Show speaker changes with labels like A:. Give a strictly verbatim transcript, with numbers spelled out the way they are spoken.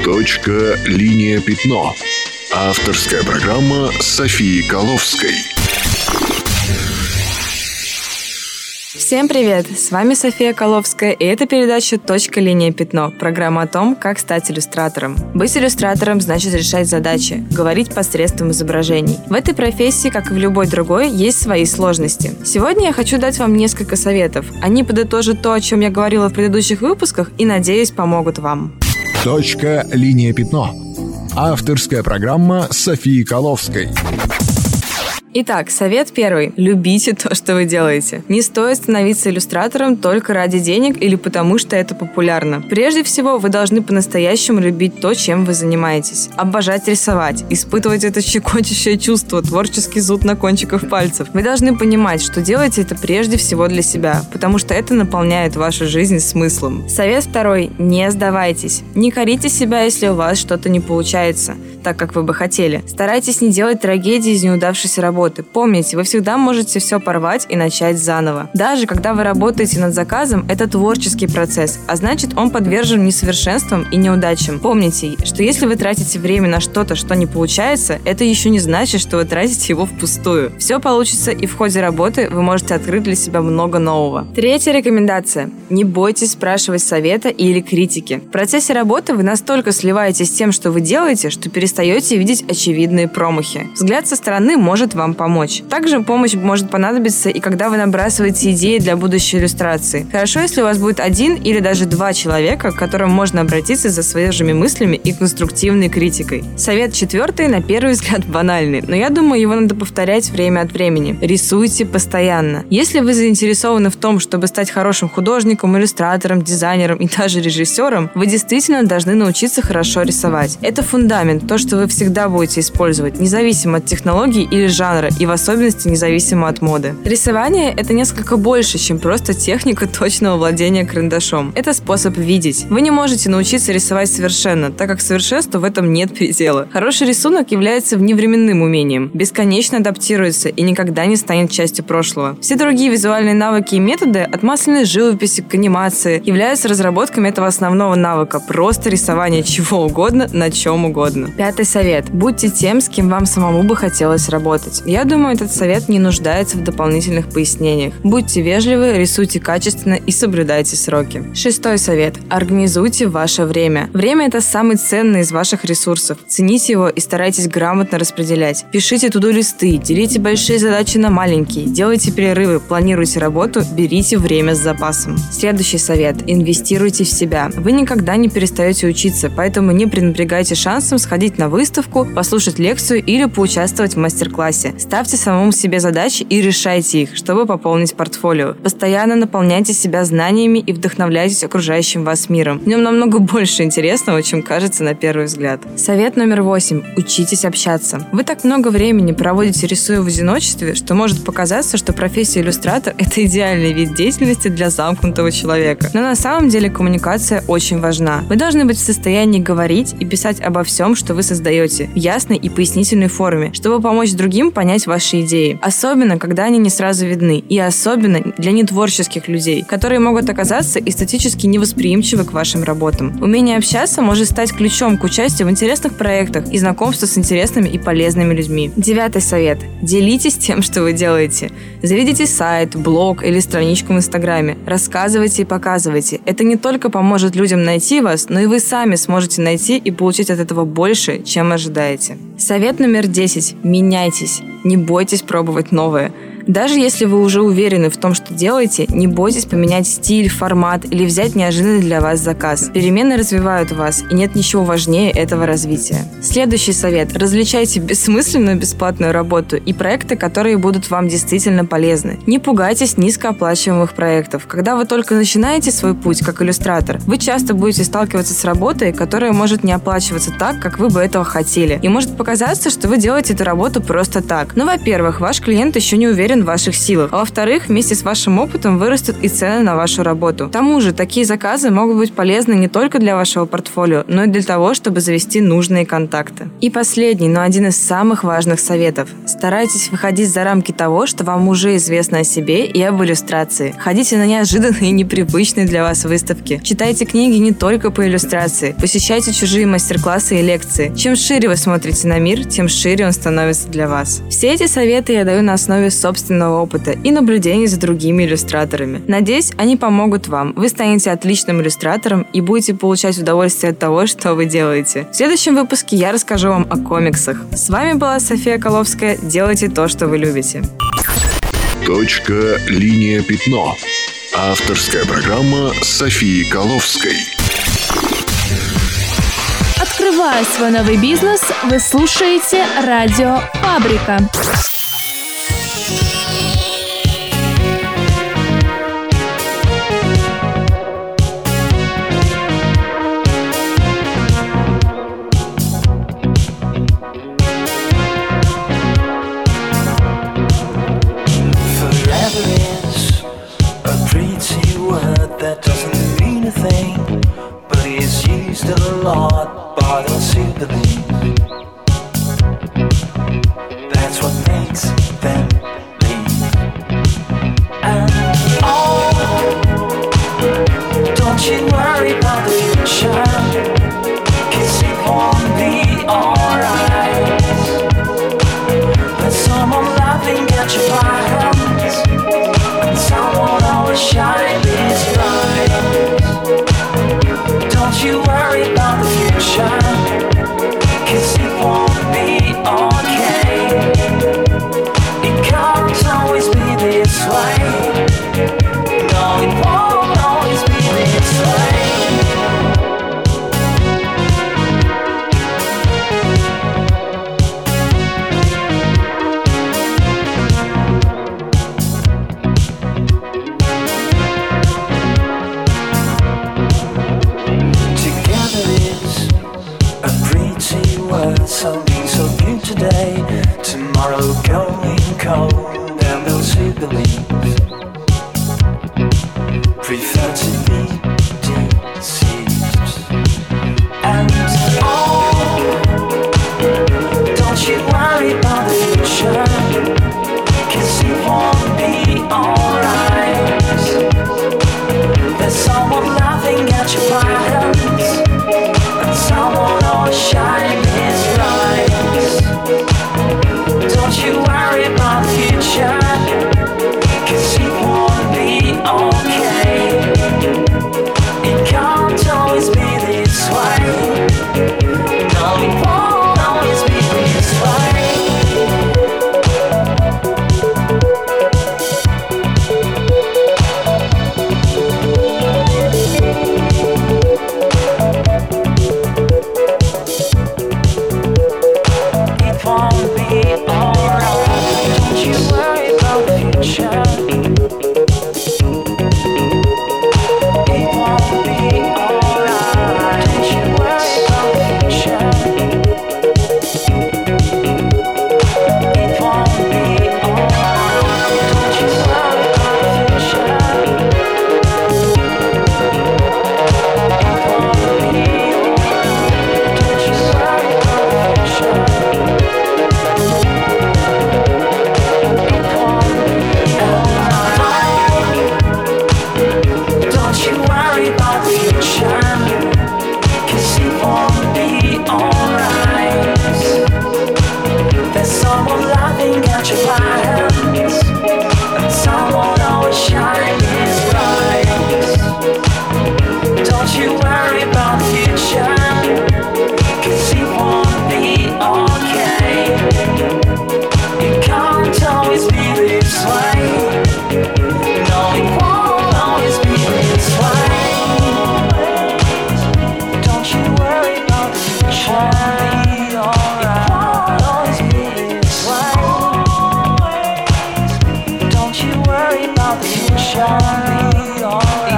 A: Точка, линия, пятно. Авторская программа Софии Коловской.
B: Всем привет! С вами София Коловская, и это передача «Точка, линия, пятно» – программа о том, как стать иллюстратором. Быть иллюстратором значит решать задачи, говорить посредством изображений. В этой профессии, как и в любой другой, есть свои сложности. Сегодня я хочу дать вам несколько советов. Они подытожат то, о чем я говорила в предыдущих выпусках, и, надеюсь, помогут вам.
A: Точка, линия, пятно. Авторская программа Софии Коловской.
B: Итак, совет первый. Любите то, что вы делаете. Не стоит становиться иллюстратором только ради денег или потому, что это популярно. Прежде всего, вы должны по-настоящему любить то, чем вы занимаетесь. Обожать рисовать, испытывать это щекочущее чувство, творческий зуд на кончиках пальцев. Вы должны понимать, что делаете это прежде всего для себя, потому что это наполняет вашу жизнь смыслом. Совет второй. Не сдавайтесь. Не корите себя, если у вас что-то не получается так, как вы бы хотели. Старайтесь не делать трагедии из неудавшейся работы. Помните, вы всегда можете все порвать и начать заново. Даже когда вы работаете над заказом, это творческий процесс, а значит, он подвержен несовершенствам и неудачам. Помните, что если вы тратите время на что-то, что не получается, это еще не значит, что вы тратите его впустую. Все получится, и в ходе работы вы можете открыть для себя много нового. Третья рекомендация. Не бойтесь спрашивать совета или критики. В процессе работы вы настолько сливаетесь с тем, что вы делаете, что перестаете видеть очевидные промахи. Взгляд со стороны может вам помочь. Также помощь может понадобиться и когда вы набрасываете идеи для будущей иллюстрации. Хорошо, если у вас будет один или даже два человека, к которым можно обратиться за свежими мыслями и конструктивной критикой. Совет четвертый, на первый взгляд, банальный, но я думаю, его надо повторять время от времени. Рисуйте постоянно. Если вы заинтересованы в том, чтобы стать хорошим художником, иллюстратором, дизайнером и даже режиссером, вы действительно должны научиться хорошо рисовать. Это фундамент, то, что вы всегда будете использовать, независимо от технологий или жанра, и в особенности независимо от моды. Рисование – это несколько больше, чем просто техника точного владения карандашом. Это способ видеть. Вы не можете научиться рисовать совершенно, так как совершенству в этом нет предела. Хороший рисунок является вневременным умением, бесконечно адаптируется и никогда не станет частью прошлого. Все другие визуальные навыки и методы, от масляной живописи к анимации, являются разработками этого основного навыка – просто рисование чего угодно на чем угодно. Пятый совет. Будьте тем, с кем вам самому бы хотелось работать. Я думаю, этот совет не нуждается в дополнительных пояснениях. Будьте вежливы, рисуйте качественно и соблюдайте сроки. Шестой совет. Организуйте ваше время. Время – это самый ценный из ваших ресурсов. Цените его и старайтесь грамотно распределять. Пишите туду-листы, делите большие задачи на маленькие, делайте перерывы, планируйте работу, берите время с запасом. Следующий совет. Инвестируйте в себя. Вы никогда не перестаете учиться, поэтому не пренебрегайте шансом сходить на выставку, послушать лекцию или поучаствовать в мастер-классе. Ставьте самому себе задачи и решайте их, чтобы пополнить портфолио. Постоянно наполняйте себя знаниями и вдохновляйтесь окружающим вас миром. В нем намного больше интересного, чем кажется на первый взгляд. Совет номер восемь. Учитесь общаться. Вы так много времени проводите, рисуя в одиночестве, что может показаться, что профессия иллюстратор – это идеальный вид деятельности для замкнутого человека. Но на самом деле коммуникация очень важна. Вы должны быть в состоянии говорить и писать обо всем, что вы создаете, в ясной и пояснительной форме, чтобы помочь другим понять ваши идеи. Особенно, когда они не сразу видны. И особенно для нетворческих людей, которые могут оказаться эстетически невосприимчивы к вашим работам. Умение общаться может стать ключом к участию в интересных проектах и знакомству с интересными и полезными людьми. Девятый совет. Делитесь тем, что вы делаете. Заведите сайт, блог или страничку в Инстаграме. Рассказывайте и показывайте. Это не только поможет людям найти вас, но и вы сами сможете найти и получить от этого больше, чем ожидаете. Совет номер десять. Меняйтесь. Не бойтесь пробовать новое. Даже если вы уже уверены в том, что делаете, не бойтесь поменять стиль, формат или взять неожиданный для вас заказ. Перемены развивают вас, и нет ничего важнее этого развития. Следующий совет. Различайте бессмысленную бесплатную работу и проекты, которые будут вам действительно полезны. Не пугайтесь низкооплачиваемых проектов. Когда вы только начинаете свой путь как иллюстратор, вы часто будете сталкиваться с работой, которая может не оплачиваться так, как вы бы этого хотели. И может показаться, что вы делаете эту работу просто так. Но, во-первых, ваш клиент еще не уверен уверен в ваших силах. А во-вторых, вместе с вашим опытом вырастут и цены на вашу работу. К тому же, такие заказы могут быть полезны не только для вашего портфолио, но и для того, чтобы завести нужные контакты. И последний, но один из самых важных советов. Старайтесь выходить за рамки того, что вам уже известно о себе и об иллюстрации. Ходите на неожиданные и непривычные для вас выставки. Читайте книги не только по иллюстрации. Посещайте чужие мастер-классы и лекции. Чем шире вы смотрите на мир, тем шире он становится для вас. Все эти советы я даю на основе собственного опыта и наблюдений за другими иллюстраторами. Надеюсь, они помогут вам. Вы станете отличным иллюстратором и будете получать удовольствие от того, что вы делаете. В следующем выпуске я расскажу вам о комиксах. С вами была София Коловская. Делайте то, что вы любите.
A: Точка, линия, пятно. Авторская программа Софии Коловской.
C: Открывая свой новый бизнес, вы слушаете Радио Фабрика.
D: That's what makes them leave. And oh, don't you worry about the future, 'cause it won't be alright. When someone laughing at your violence, and someone always shine this bright. Don't you worry about the future, 'cause it won't be okay. It can't always be this way. No, it won't always be this way. Together is a pretty word, something so good today, tomorrow going cold, and those who believe prefer to be deceived. And oh, don't you worry about the future, 'cause it won't be alright. There's someone laughing at your violence, and someone always shine his light. Don't you worry about the future, 'cause it won't be okay. It can't always be this way. No, it won't always be this way. It won't be alright. Don't you worry about the future. It won't be alright. Don't you worry about the future. It won't be alright. Don't you worry about the future. It won't be alright. Don't you worry about the future. Don't you worry about the future, 'cause it won't be alright. There's someone laughing at your violence, and someone always shine his light. Don't you worry about the future, 'cause it won't be okay. It can't always be this way. No, it won't always be this way. Don't you worry about the future. It won't always be this way. Don't you worry about the future. It